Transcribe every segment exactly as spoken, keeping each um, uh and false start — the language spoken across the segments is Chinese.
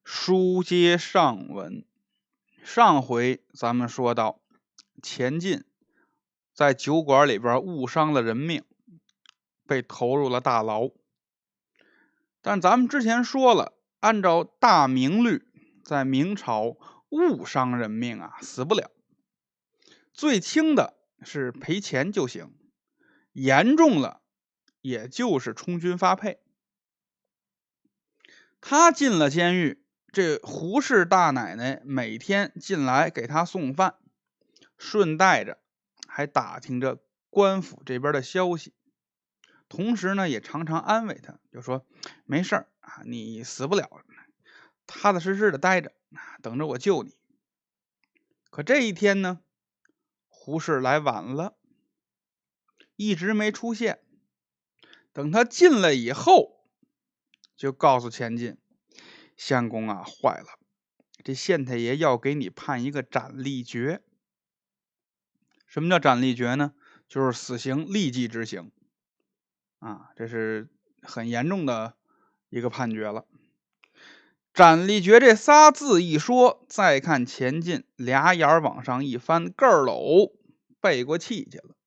书接上文，上回咱们说到，钱进在酒馆里边误伤了人命，被投入了大牢。但咱们之前说了，按照大明律，在明朝误伤人命啊，死不了，最轻的是赔钱就行，严重了也就是充军发配。他进了监狱，这胡氏大奶奶每天进来给他送饭，顺带着还打听着官府这边的消息，同时呢也常常安慰他，就说没事儿啊，你死不了，踏踏实实的待着，等着我救你。可这一天呢，胡氏来晚了，一直没出现。等他进来以后，就告诉钱进，相公啊，坏了，这县太爷要给你判一个斩立决。什么叫斩立决呢？就是死刑立即执行啊，这是很严重的一个判决了。斩立决这仨字一说，再看钱进俩眼往上一翻，个儿搂背过气去了。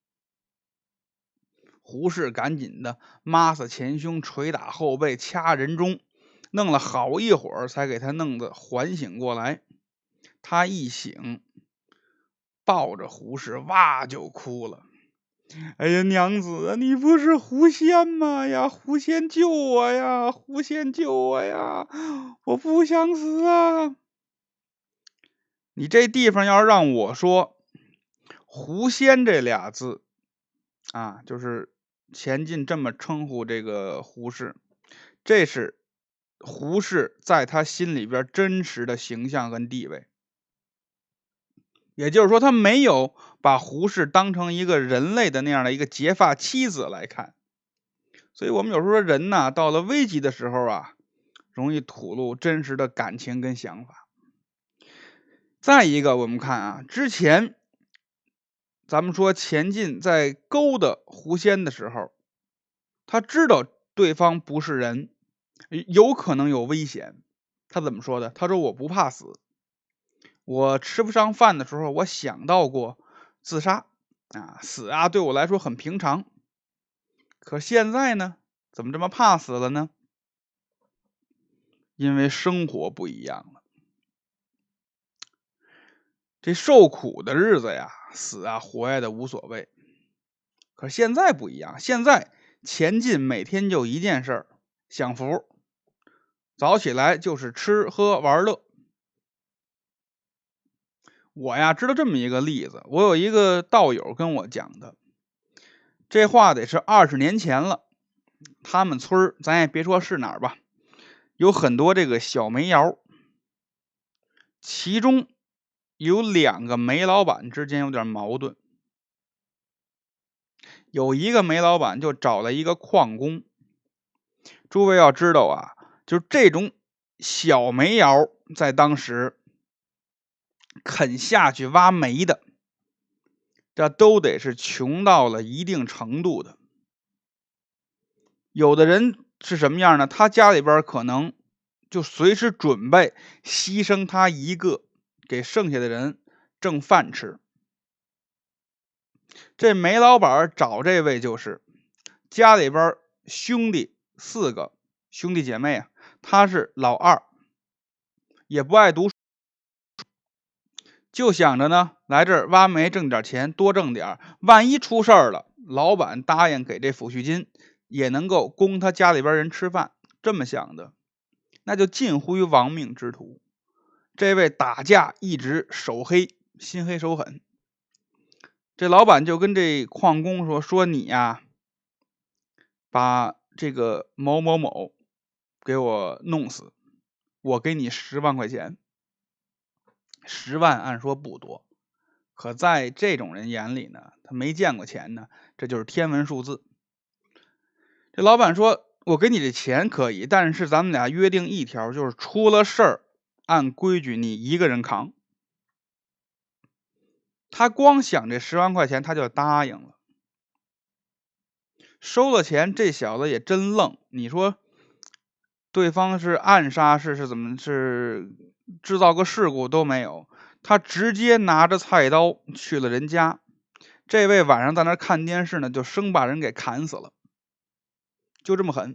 胡适赶紧的抹擦前胸，捶打后背，掐人中，弄了好一会儿才给他弄得缓醒过来。他一醒，抱着胡适哇就哭了。哎呀，娘子，你不是狐仙吗呀？狐仙救我呀！狐仙救我呀！我不想死啊！你这地方要让我说狐仙这俩字啊，就是钱进这么称呼这个胡适，这是胡适在他心里边真实的形象跟地位。也就是说，他没有把胡适当成一个人类的那样的一个结发妻子来看。所以我们有时候说人呢，到了危急的时候啊，容易吐露真实的感情跟想法。再一个，我们看啊，之前咱们说钱进在勾搭狐仙的时候，他知道对方不是人，有可能有危险。他怎么说的？他说我不怕死，我吃不上饭的时候，我想到过自杀啊，死啊对我来说很平常。可现在呢，怎么这么怕死了呢？因为生活不一样了。这受苦的日子呀，死啊活呀的无所谓。可现在不一样，现在钱进每天就一件事儿，享福。早起来就是吃喝玩乐。我呀知道这么一个例子，我有一个道友跟我讲的，这话得是二十年前了。他们村儿，咱也别说是哪儿吧，有很多这个小煤窑，其中有两个煤老板之间有点矛盾。有一个煤老板就找了一个矿工。诸位要知道啊，就是这种小煤窑，在当时肯下去挖煤的，这都得是穷到了一定程度的。有的人是什么样呢？他家里边可能就随时准备牺牲他一个，给剩下的人挣饭吃。这煤老板找这位就是家里边兄弟四个，兄弟姐妹啊，他是老二，也不爱读书，就想着呢来这儿挖煤挣点钱，多挣点，万一出事儿了，老板答应给这抚恤金，也能够供他家里边人吃饭。这么想的，那就近乎于亡命之徒。这位打架一直手黑，心黑手狠。这老板就跟这矿工说：“说你呀，把这个某某某给我弄死，我给你十万块钱。”十万按说不多，可在这种人眼里呢，他没见过钱呢，这就是天文数字。这老板说：“我给你这钱可以，但是咱们俩约定一条，就是出了事儿，按规矩你一个人扛。”他光想这十万块钱，他就答应了。收了钱，这小子也真愣。你说对方是暗杀是是怎么是制造个事故都没有，他直接拿着菜刀去了人家。这位晚上在那看电视呢，就生把人给砍死了，就这么狠。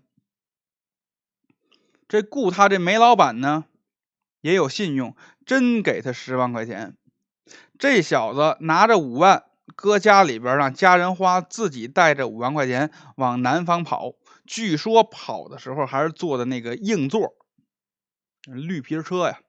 这雇他这煤老板呢也有信用，真给他十万块钱。这小子拿着五万搁家里边让家人花，自己带着五万块钱往南方跑。据说跑的时候还是坐的那个硬座，绿皮车呀。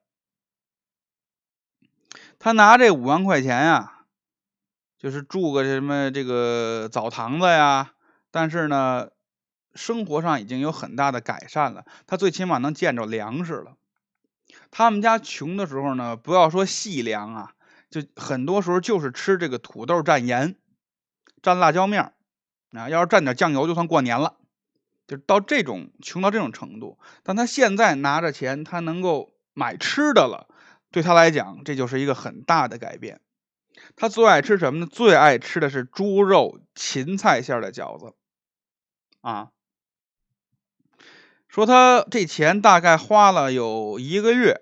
他拿这五万块钱呀，就是住个什么这个澡堂子呀，但是呢，生活上已经有很大的改善了，他最起码能见着粮食了。他们家穷的时候呢，不要说细粮啊，就很多时候就是吃这个土豆蘸盐，蘸辣椒面啊，要是蘸点酱油就算过年了，就到这种穷到这种程度。但他现在拿着钱，他能够买吃的了，对他来讲，这就是一个很大的改变。他最爱吃什么呢？最爱吃的是猪肉芹菜馅的饺子啊。说他这钱大概花了有一个月，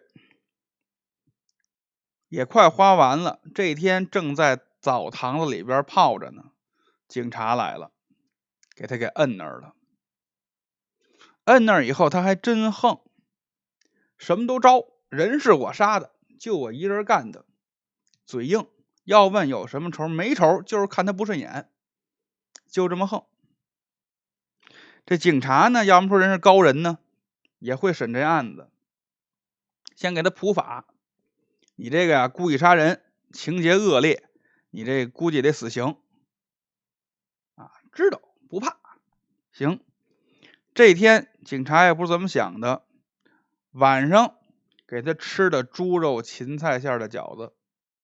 也快花完了。这天正在澡堂子里边泡着呢，警察来了，给他给摁那儿了。摁那儿以后，他还真横，什么都招，人是我杀的，就我一人干的，嘴硬。要问有什么仇没仇，就是看他不顺眼，就这么横。这警察呢，要么说人是高人呢，也会审这案子。先给他普法，你这个呀、啊、故意杀人，情节恶劣，你这估计得死刑啊！知道不怕？行。这天警察也不是怎么想的，晚上给他吃的猪肉芹菜馅的饺子，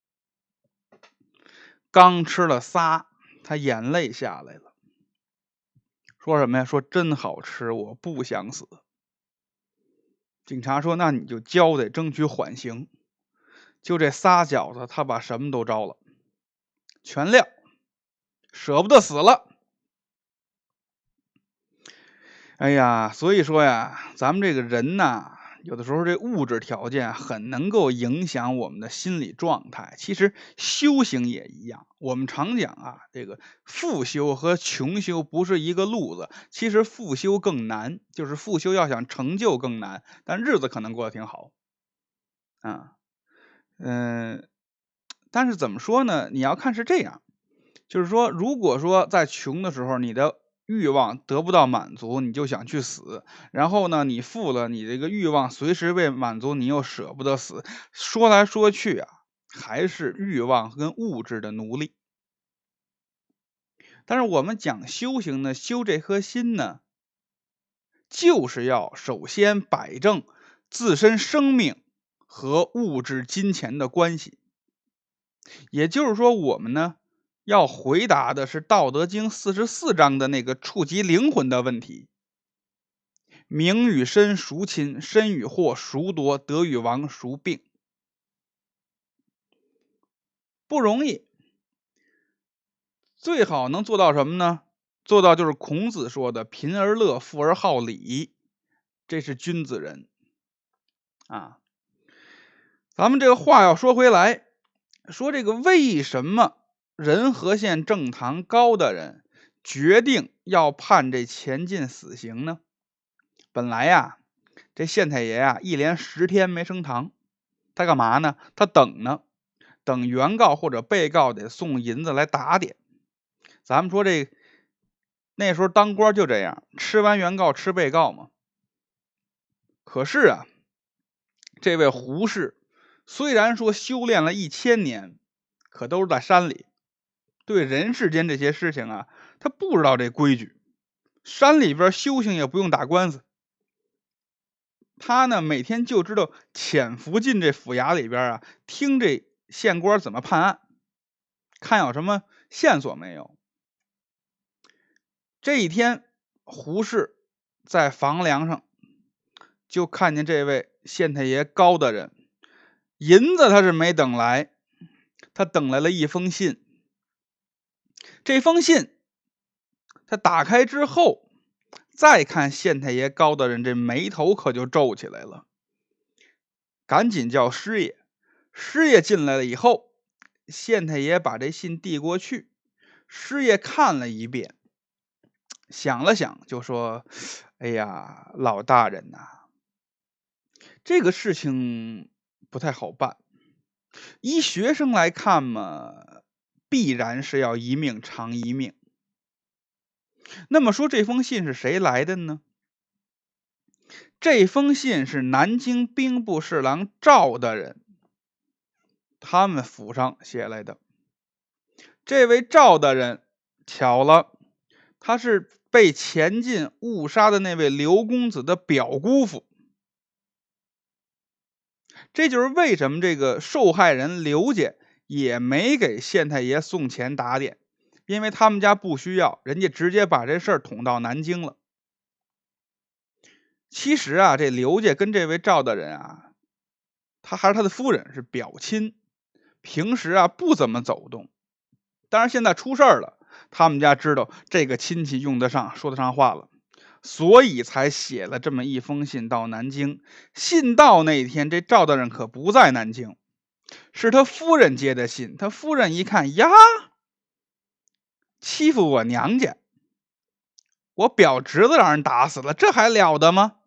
刚吃了仨，他眼泪下来了，说什么呀？说真好吃，我不想死。警察说那你就交代，争取缓刑。就这仨饺子，他把什么都招了，全撂，舍不得死了。哎呀，所以说呀，咱们这个人呐，有的时候这物质条件很能够影响我们的心理状态。其实修行也一样，我们常讲啊，这个富修和穷修不是一个路子。其实富修更难，就是富修要想成就更难，但日子可能过得挺好啊。嗯，但是怎么说呢？你要看是这样，就是说，如果说在穷的时候，你的欲望得不到满足，你就想去死，然后呢，你富了，你这个欲望随时被满足，你又舍不得死，说来说去啊，还是欲望跟物质的奴隶。但是我们讲修行呢，修这颗心呢，就是要首先摆正自身生命和物质金钱的关系。也就是说，我们呢要回答的是《道德经》四十四章的那个触及灵魂的问题：名与身孰亲？身与祸孰多？德与亡孰病？不容易。最好能做到什么呢？做到就是孔子说的“贫而乐，富而好礼”，这是君子人啊。咱们这个话要说回来，说这个为什么仁和县正堂高的人决定要判这钱进死刑呢？本来呀，这县太爷呀一连十天没升堂，他干嘛呢？他等呢，等原告或者被告得送银子来打点。咱们说这那时候当官就这样，吃完原告吃被告嘛。可是啊，这位胡适虽然说修炼了一千年，可都是在山里，对人世间这些事情啊，他不知道这规矩。山里边修行也不用打官司，他呢每天就知道潜伏进这府衙里边啊，听这县官怎么判案，看有什么线索没有。这一天，胡适在房梁上就看见这位县太爷高的人，银子他是没等来，他等来了一封信。这封信他打开之后， 再看县太爷高大人，这眉头可就皱起来了，赶紧叫师爷。师爷进来了以后，县太爷把这信递过去，师爷看了一遍，想了想，就说：“哎呀，老大人呐、啊，这个事情不太好办。依学生来看嘛，必然是要一命偿一命。那么说这封信是谁来的呢？这封信是南京兵部侍郎赵大人他们府上写来的。这位赵大人巧了，他是被前进误杀的那位刘公子的表姑父。这就是为什么这个受害人刘家也没给县太爷送钱打点，因为他们家不需要，人家直接把这事儿捅到南京了。其实啊，这刘家跟这位赵大人啊，他还是他的夫人，是表亲，平时啊不怎么走动。当然现在出事儿了，他们家知道这个亲戚用得上，说得上话了，所以才写了这么一封信到南京。信到那天，这赵大人可不在南京，是他夫人接的信。他夫人一看呀，欺负我娘家，我表侄子让人打死了，这还了得吗？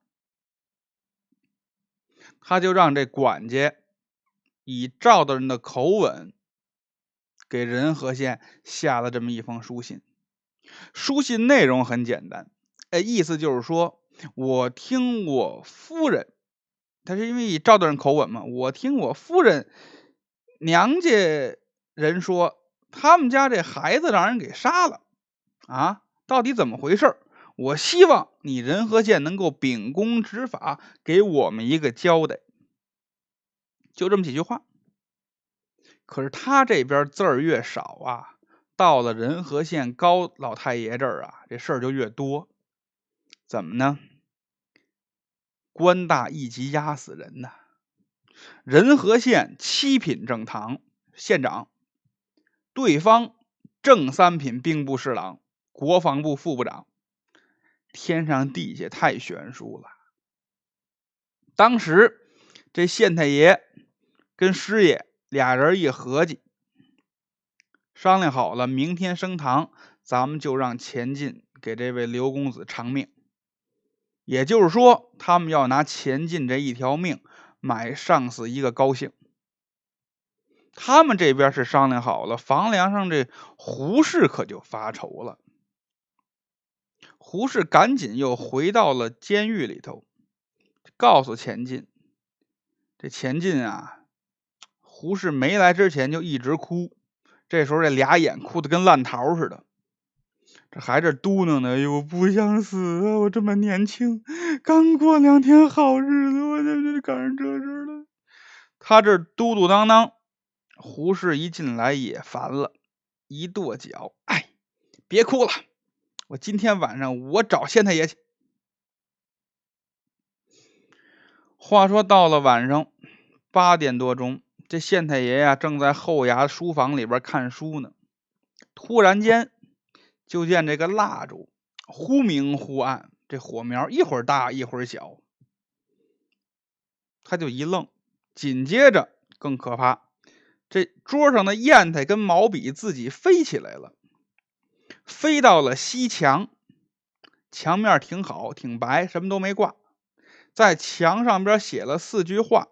他就让这管家以赵大人的口吻给仁和县下了这么一封书信。书信内容很简单，哎，意思就是说，我听我夫人，他是因为以赵大人口吻嘛，我听我夫人娘家人说，他们家这孩子让人给杀了啊，到底怎么回事？我希望你仁和县能够秉公执法，给我们一个交代。就这么几句话。可是他这边字儿越少啊，到了仁和县高老太爷这儿啊，这事儿就越多。怎么呢？官大一级压死人呐！仁和县七品正堂县长，对方正三品兵部侍郎，国防部副部长，天上地下太悬殊了。当时这县太爷跟师爷俩人一合计，商量好了，明天升堂，咱们就让钱进给这位刘公子偿命。也就是说，他们要拿钱进这一条命买上司一个高兴。他们这边是商量好了，房梁上这胡氏可就发愁了。胡氏赶紧又回到了监狱里头，告诉钱进，这钱进啊，胡氏没来之前就一直哭，这时候这俩眼哭得跟烂桃似的，这还这嘟囔呢，哎呦，我不想死啊！我这么年轻，刚过两天好日子，我这这赶上这事了。他这嘟嘟囔囔，胡适一进来也烦了，一跺脚，哎，别哭了，我今天晚上我找县太爷去。话说到了晚上八点多钟，这县太爷呀、啊、正在后衙书房里边看书呢，突然间就见这个蜡烛忽明忽暗，这火苗一会儿大一会儿小，他就一愣，紧接着更可怕，这桌上的砚台跟毛笔自己飞起来了，飞到了西墙，墙面挺好挺白，什么都没挂，在墙上边写了四句话，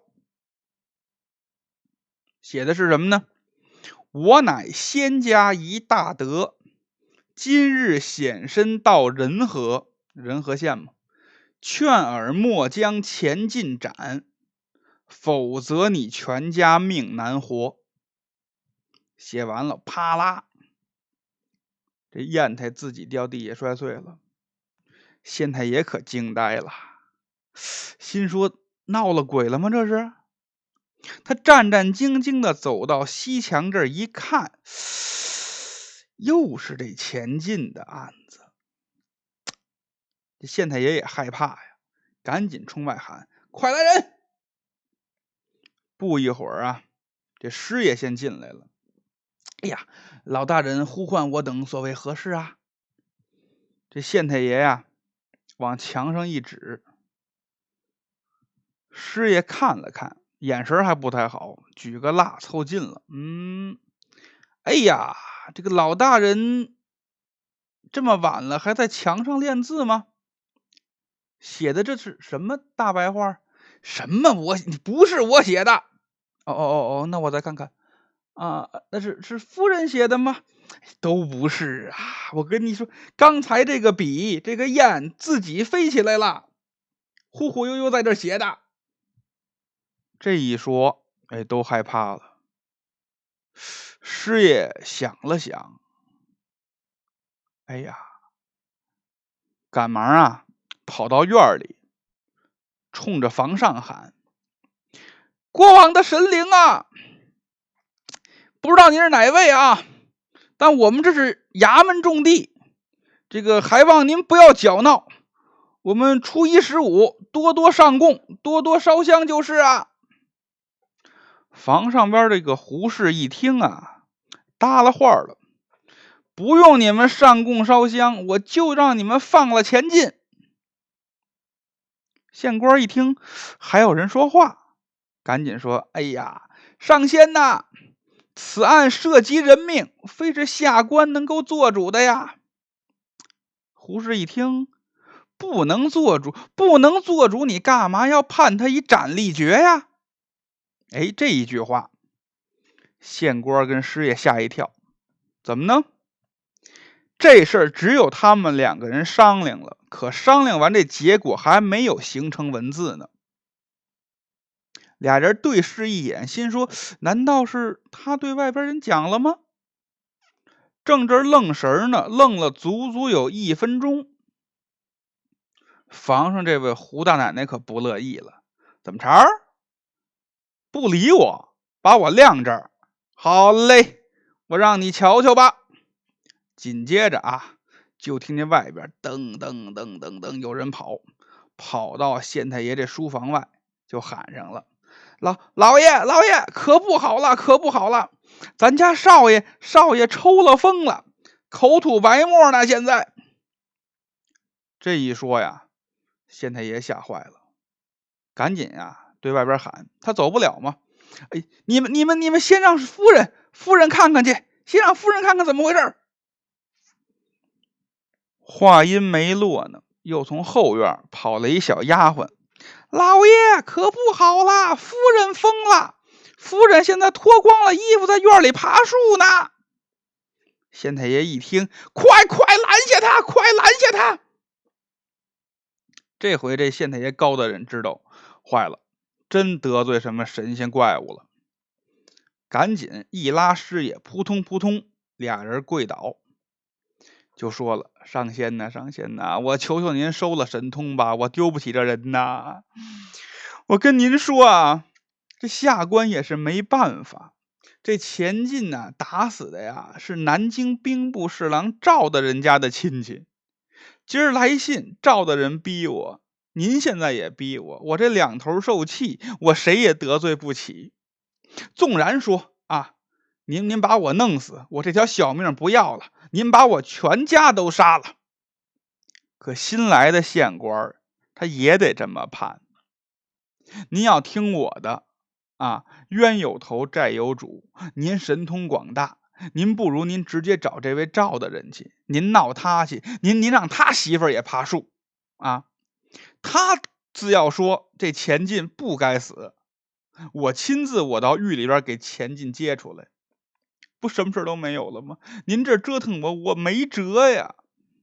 写的是什么呢？我乃仙家一大德，今日显身到仁和，仁和县嘛，劝尔莫将钱进斩，否则你全家命难活。写完了，啪啦，这砚台自己掉地下摔碎了。县太爷可惊呆了，心说闹了鬼了吗？这是？他战战兢兢的走到西墙这儿一看，又是这钱进的案子。这县太爷也害怕呀，赶紧冲外喊：“快来人！”不一会儿啊，这师爷先进来了。哎呀，老大人呼唤我等所谓何事啊？这县太爷呀、啊， 往墙上一指。师爷看了看，眼神还不太好，举个蜡凑近了。嗯，哎呀，这个老大人这么晚了还在墙上练字吗？写的这是什么大白话？什么我不是我写的？哦哦哦哦，那我再看看啊，那是是夫人写的吗？都不是啊！我跟你说，刚才这个笔，这个砚自己飞起来了，忽忽悠悠在这写的。这一说，哎，都害怕了。师爷想了想，哎呀，赶忙啊，跑到院里，冲着房上喊：“国王的神灵啊，不知道您是哪位啊？但我们这是衙门种地，这个还望您不要搅闹。我们初一十五多多上供，多多烧香就是啊。”房上边这个胡氏一听啊，搭了话了：“不用你们上供烧香，我就让你们放了钱进。”县官一听还有人说话，赶紧说：“哎呀，上仙呐，此案涉及人命，非是下官能够做主的呀。”胡氏一听，不能做主，不能做主，你干嘛要判他以斩立决呀？哎，这一句话，县官跟师爷吓一跳。怎么呢？这事儿只有他们两个人商量了，可商量完这结果还没有形成文字呢。俩人对视一眼，心说：难道是他对外边人讲了吗？正这愣神呢，愣了足足有一分钟。房上这位胡大奶奶可不乐意了：怎么茬儿？不理我，把我晾这儿？好嘞，我让你瞧瞧吧。紧接着啊，就听见外边噔噔噔噔噔有人跑，跑到县太爷这书房外，就喊上了：“老老爷，老爷，可不好了，可不好了！咱家少爷，少爷抽了风了，口吐白沫呢！现在。”这一说呀，县太爷吓坏了，赶紧呀对外边喊：“他走不了吗？哎，你们、你们、你们先让夫人、夫人看看去，先让夫人看看怎么回事。”话音没落呢，又从后院跑了一小丫鬟：“老爷可不好了，夫人疯了，夫人现在脱光了衣服在院里爬树呢。”县太爷一听，快快拦下他，快拦下他！这回这县太爷高的人知道坏了，真得罪什么神仙怪物了，赶紧一拉师爷，扑通扑通，俩人跪倒，就说了：“上仙呐，上仙呐，我求求您收了神通吧，我丢不起这人呐。我跟您说啊，这下官也是没办法，这钱进呐，打死的呀是南京兵部侍郎赵大人家的亲戚。今儿来信，赵大人逼我，您现在也逼我，我这两头受气，我谁也得罪不起。纵然说啊，您您把我弄死，我这条小命不要了，您把我全家都杀了，可新来的县官他也得这么判。您要听我的啊，冤有头债有主，您神通广大，您不如您直接找这位赵大人去，您闹他去，您您让他媳妇儿也爬树啊。他只要说这钱进不该死，我亲自我到狱里边给钱进接出来，不什么事都没有了吗？您这折腾我，我没辙呀。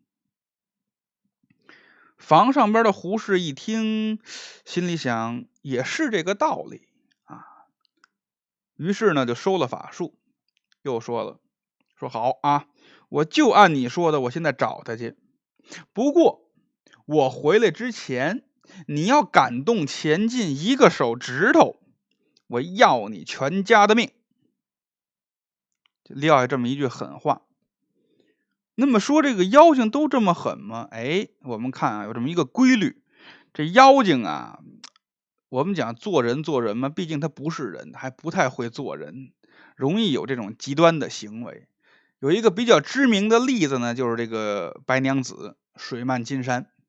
房上边的胡氏一听，心里想也是这个道理啊，于是呢就收了法术，又说了：“说好啊，我就按你说的，我现在找他去。不过我回来之前，你要感动钱进一个手指头，我要你全家的命。”就撂下这么一句狠话。那么说这个妖精都这么狠吗？哎，我们看啊，有这么一个规律，这妖精啊，我们讲做人做人嘛，毕竟他不是人，还不太会做人，容易有这种极端的行为。有一个比较知名的例子呢，就是这个白娘子水漫金山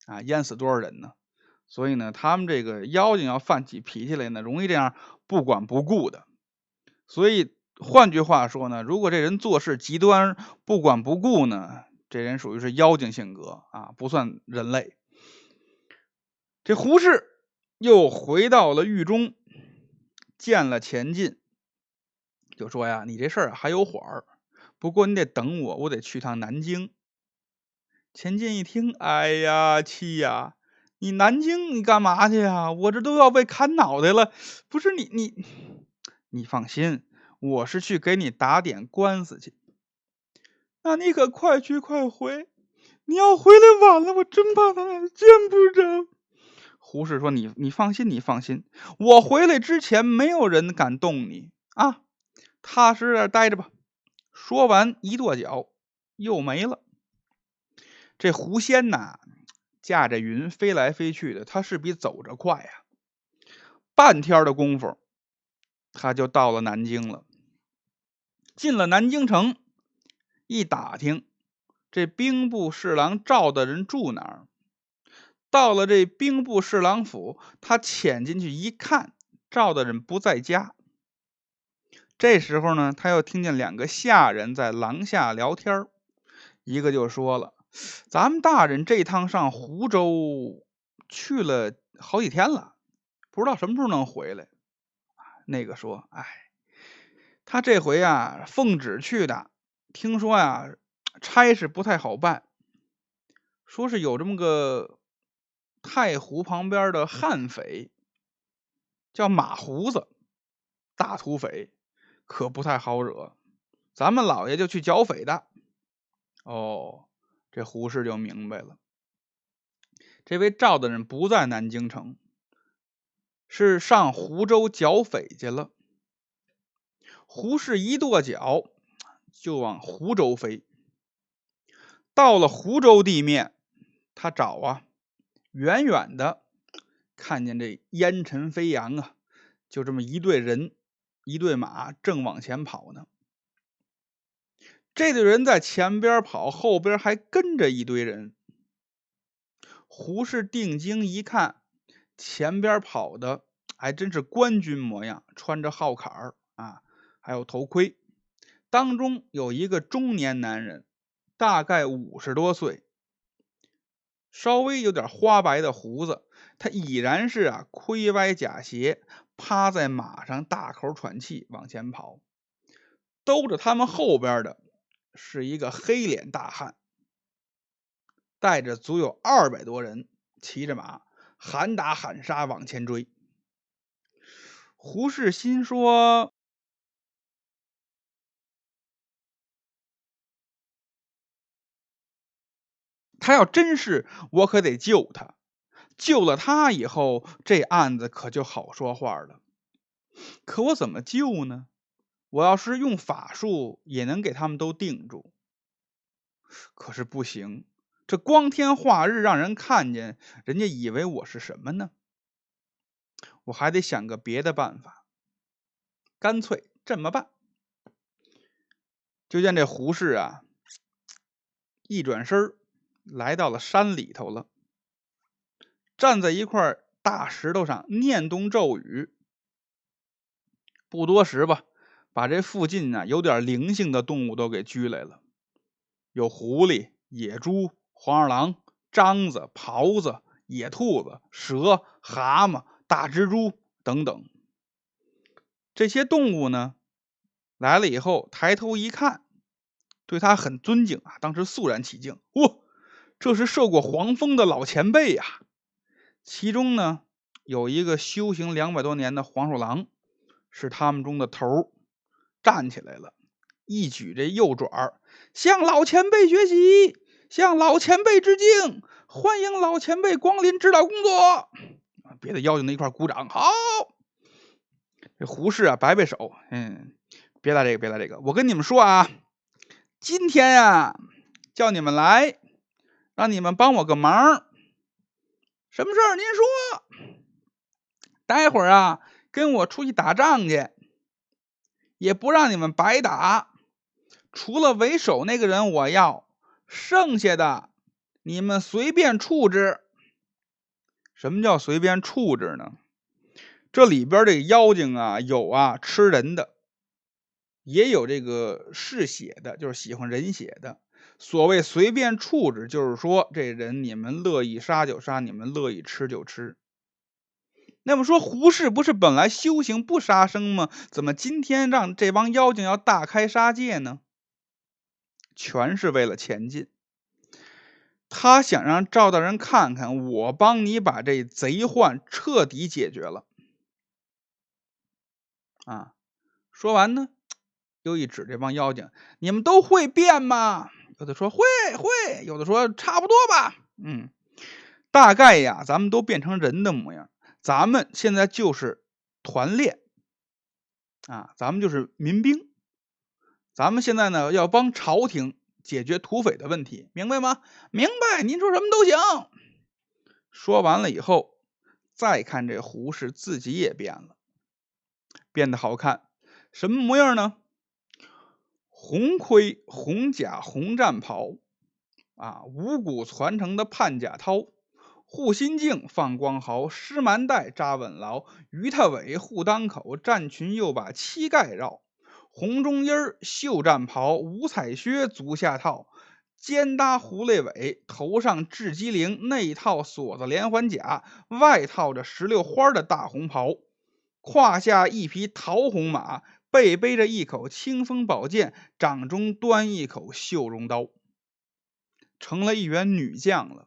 啊，淹死多少人呢？所以呢，他们这个妖精要犯起脾气来呢，容易这样不管不顾的。所以换句话说呢，如果这人做事极端不管不顾呢，这人属于是妖精性格啊，不算人类。这胡适又回到了狱中，见了钱进，就说呀：“你这事儿还有缓儿，不过你得等我，我得去趟南京。”钱进一听，哎呀，气呀！你南京你干嘛去呀？我这都要被砍脑袋了！不是你你你放心，我是去给你打点官司去。那你可快去快回，你要回来晚了，我真怕他俩见不着。胡适说：“你你放心，你放心，我回来之前没有人敢动你啊，踏实点待着吧。”说完一跺脚，又没了。这狐仙呐，驾着云飞来飞去的，他是比走着快呀。半天的功夫，他就到了南京了。进了南京城，一打听，这兵部侍郎赵的人住哪儿？到了这兵部侍郎府，他潜进去一看，赵的人不在家。这时候呢，他又听见两个下人在廊下聊天，一个就说了：“咱们大人这趟上湖州去了好几天了，不知道什么时候能回来。”那个说：“哎，他这回啊奉旨去的，听说呀差事不太好办，说是有这么个太湖旁边的悍匪，叫马胡子，大土匪，可不太好惹。咱们老爷就去剿匪的。”哦，这胡适就明白了，这位赵的人不在南京城，是上湖州剿匪去了。胡适一跺脚就往湖州飞。到了湖州地面，他找啊，远远的看见这烟尘飞扬啊，就这么一队人一队马正往前跑呢。这队人在前边跑，后边还跟着一堆人。胡适定睛一看，前边跑的还真是官军模样，穿着号坎儿啊，还有头盔。当中有一个中年男人，大概五十多岁，稍微有点花白的胡子，他已然是啊盔歪甲斜，趴在马上大口喘气往前跑。兜着他们后边的是一个黑脸大汉，带着足有二百多人，骑着马喊打喊杀往前追。胡适心说，他要真是我可得救他，救了他以后，这案子可就好说话了。可我怎么救呢？我要是用法术也能给他们都定住，可是不行，这光天化日让人看见，人家以为我是什么呢？我还得想个别的办法。干脆这么办，就见这胡适啊，一转身来到了山里头了，站在一块大石头上念动咒语。不多时吧，把这附近啊有点灵性的动物都给拘来了，有狐狸、野猪、黄二郎、獐子、狍子、野兔子、蛇、蛤蟆、大蜘蛛等等。这些动物呢，来了以后抬头一看，对他很尊敬啊，当时肃然起敬。哇，这是受过黄风的老前辈呀！其中呢，有一个修行两百多年的黄鼠狼，是他们中的头，站起来了，一举这右爪，向老前辈学习，向老前辈致敬，欢迎老前辈光临指导工作。别的妖精一块鼓掌，好。这胡适啊，摆摆手，嗯，别来这个，别来这个。我跟你们说啊，今天呀，叫你们来，让你们帮我个忙。什么事儿？您说。待会儿啊，跟我出去打仗去，也不让你们白打。除了为首那个人我要，剩下的你们随便处置。 什么叫随便处置呢？这里边这妖精啊，有啊吃人的，也有这个嗜血的，就是喜欢人血的。所谓随便处置，就是说这人你们乐意杀就杀，你们乐意吃就吃。那么说胡适不是本来修行不杀生吗？怎么今天让这帮妖精要大开杀戒呢？全是为了前进。他想让赵大人看看，我帮你把这贼患彻底解决了。啊，说完呢，又一指这帮妖精，你们都会变吗？有的说会会，有的说差不多吧。嗯，大概呀，咱们都变成人的模样。咱们现在就是团练啊，咱们就是民兵。咱们现在呢，要帮朝廷解决土匪的问题，明白吗？明白，您说什么都行。说完了以后，再看这胡适自己也变了，变得好看。什么模样呢？红盔、红甲、红战袍，啊，五谷传承的潘家涛，护心镜放光毫，湿蛮带扎稳牢，鱼太尾护裆口，战裙又把膝盖绕。红中衣儿绣战袍，五彩靴足下套，肩搭狐狸尾，头上雉鸡翎，内套锁子连环甲，外套着石榴花的大红袍，胯下一匹桃红马，背背着一口清风宝剑，掌中端一口绣绒刀，成了一员女将了。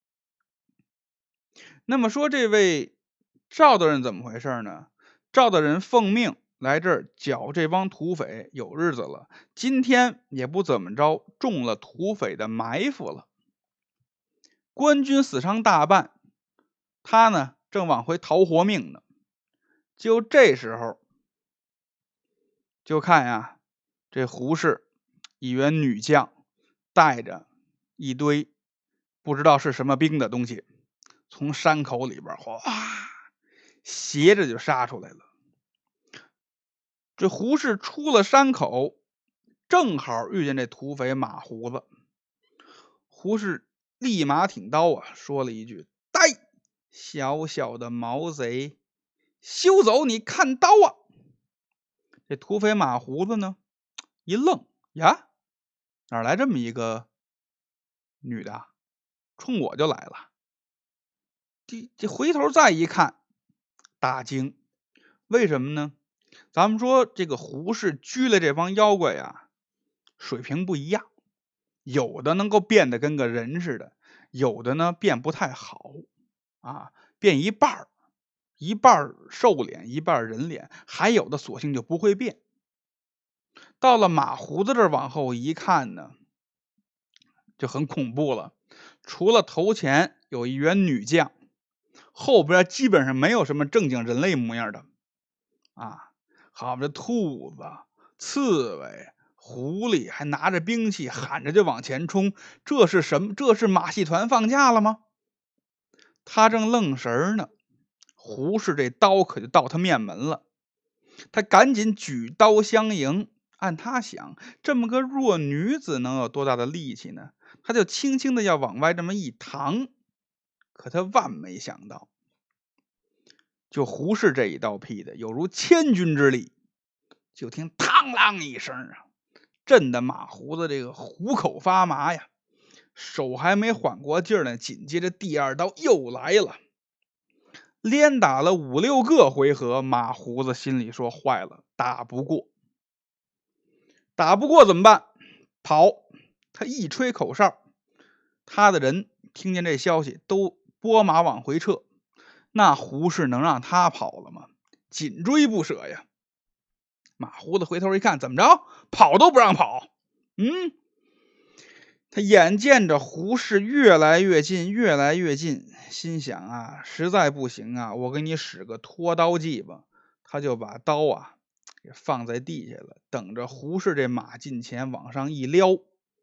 那么说这位赵大人怎么回事呢？赵大人奉命来这儿剿这帮土匪有日子了，今天也不怎么着，中了土匪的埋伏了。官军死伤大半，他呢正往回逃活命呢。就这时候，就看呀，这胡适一员女将带着一堆不知道是什么兵的东西，从山口里边哗斜着就杀出来了。这胡适出了山口，正好遇见这土匪马胡子。胡适立马挺刀啊，说了一句：“呆，小小的毛贼，休走！你看刀啊！”这土匪马胡子呢，一愣呀，哪来这么一个女的，冲我就来了。这这回头再一看，大惊，为什么呢？咱们说这个胡适拘了这帮妖怪呀，水平不一样，有的能够变得跟个人似的，有的呢变不太好啊，变一半一半兽脸，一半人脸，还有的索性就不会变。到了马胡子这儿往后一看呢，就很恐怖了。除了头前有一员女将，后边基本上没有什么正经人类模样的啊，好这兔子、刺猬、狐狸还拿着兵器喊着就往前冲，这是什么？这是马戏团放假了吗？他正愣神呢，胡适这刀可就到他面门了。他赶紧举刀相迎，按他想，这么个弱女子能有多大的力气呢？他就轻轻的要往外这么一搪，可他万没想到，就胡适这一刀劈的有如千钧之力，就听嘡啷一声啊，震得马胡子这个虎口发麻呀，手还没缓过劲儿呢，紧接着第二刀又来了。连打了五六个回合，马胡子心里说坏了，打不过。打不过怎么办？跑！他一吹口哨，他的人听见这消息都拨马往回撤。那胡适能让他跑了吗？紧追不舍呀。马胡子回头一看，怎么着？跑都不让跑。嗯，他眼见着胡适越来越近，越来越近，心想啊，实在不行啊，我给你使个拖刀计吧。他就把刀啊给放在地下了，等着胡适这马近前往上一撩。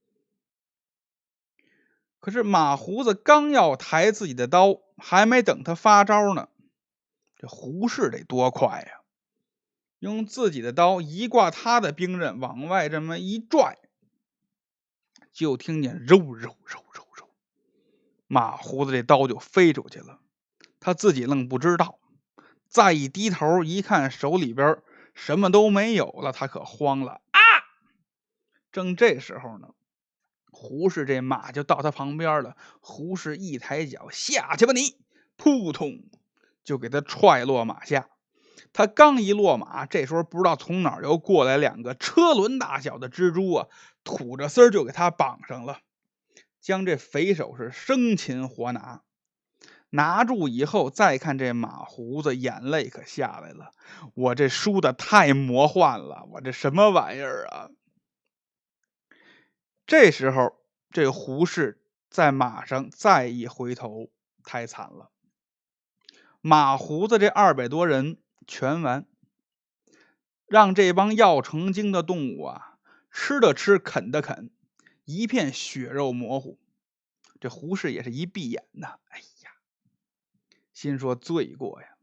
可是马胡子刚要抬自己的刀，还没等他发招呢，这胡适得多快呀！用自己的刀一挂他的兵刃，往外这么一拽，就听见肉肉肉肉肉，马胡子这刀就飞出去了。 他自己愣不知道。再一低头一看，手里边什么都没有了，他可慌了啊！正这时候呢，胡适这马就到他旁边了。胡适一抬脚，下去吧你！扑通，就给他踹落马下。他刚一落马，这时候不知道从哪儿又过来两个车轮大小的蜘蛛啊，吐着丝儿就给他绑上了，将这匪首是生擒活拿。拿住以后，再看这马胡子，眼泪可下来了。我这输的太魔幻了，我这什么玩意儿啊！这时候，这胡适在马上再一回头，太惨了。马胡子这二百多人全完，让这帮要成精的动物啊，吃的吃，啃的啃，一片血肉模糊。这胡适也是一闭眼呐，哎呀，心说罪过呀。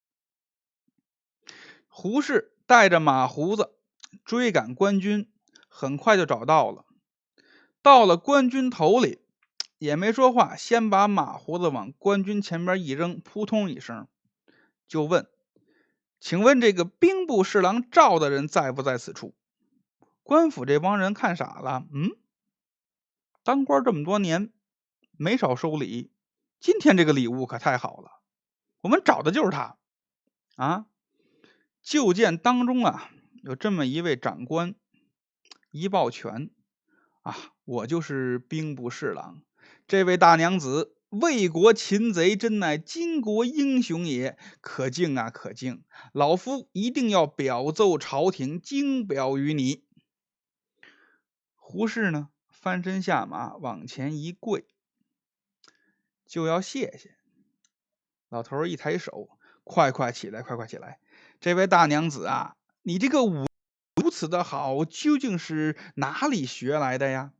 胡适带着马胡子追赶官军，很快就找到了。到了官军头里，也没说话，先把马胡子往官军前边一扔，扑通一声就问：请问这个兵部侍郎赵大人在不在此处？官府这帮人看傻了，嗯，当官这么多年没少收礼，今天这个礼物可太好了，我们找的就是他啊！就见当中啊有这么一位长官，一抱拳啊，我就是兵部侍郎，这位大娘子为国擒贼，真乃巾帼英雄也，可敬啊可敬，老夫一定要表奏朝廷，敬表于你。胡适呢翻身下马，往前一跪，就要谢谢。老头一抬手，快快起来，快快起来！这位大娘子啊，你这个武如此的好，究竟是哪里学来的呀？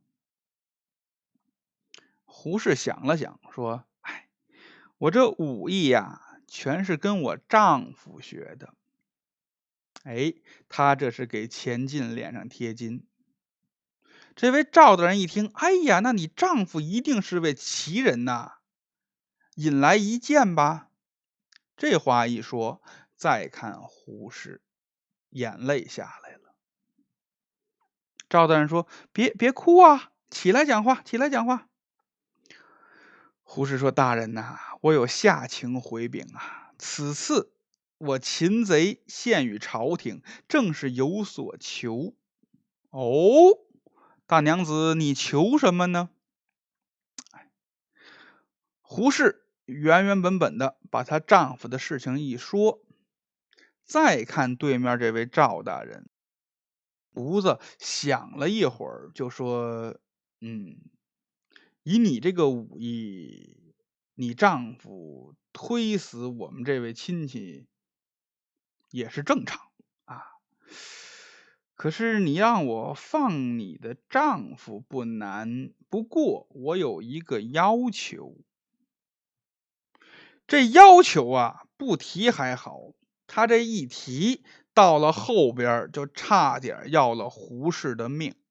胡适想了想，说：“哎，我这武艺呀，全是跟我丈夫学的。”哎，他这是给钱进脸上贴金。这位赵大人一听，哎呀，那你丈夫一定是位奇人呐，引来一见吧。这话一说，再看胡适，眼泪下来了。赵大人说：“别别哭啊，起来讲话，起来讲话。”胡适说：“大人呐、啊，我有下情回禀啊，此次我擒贼献与朝廷，正是有所求。”哦，大娘子，你求什么呢？胡适原原本本的把她丈夫的事情一说，再看对面这位赵大人，胡子想了一会儿，就说：“嗯，以你这个武艺，你丈夫推死我们这位亲戚也是正常啊。可是你让我放你的丈夫不难，不过我有一个要求。这要求啊，不提还好，他这一提，到了后边就差点要了胡适的命。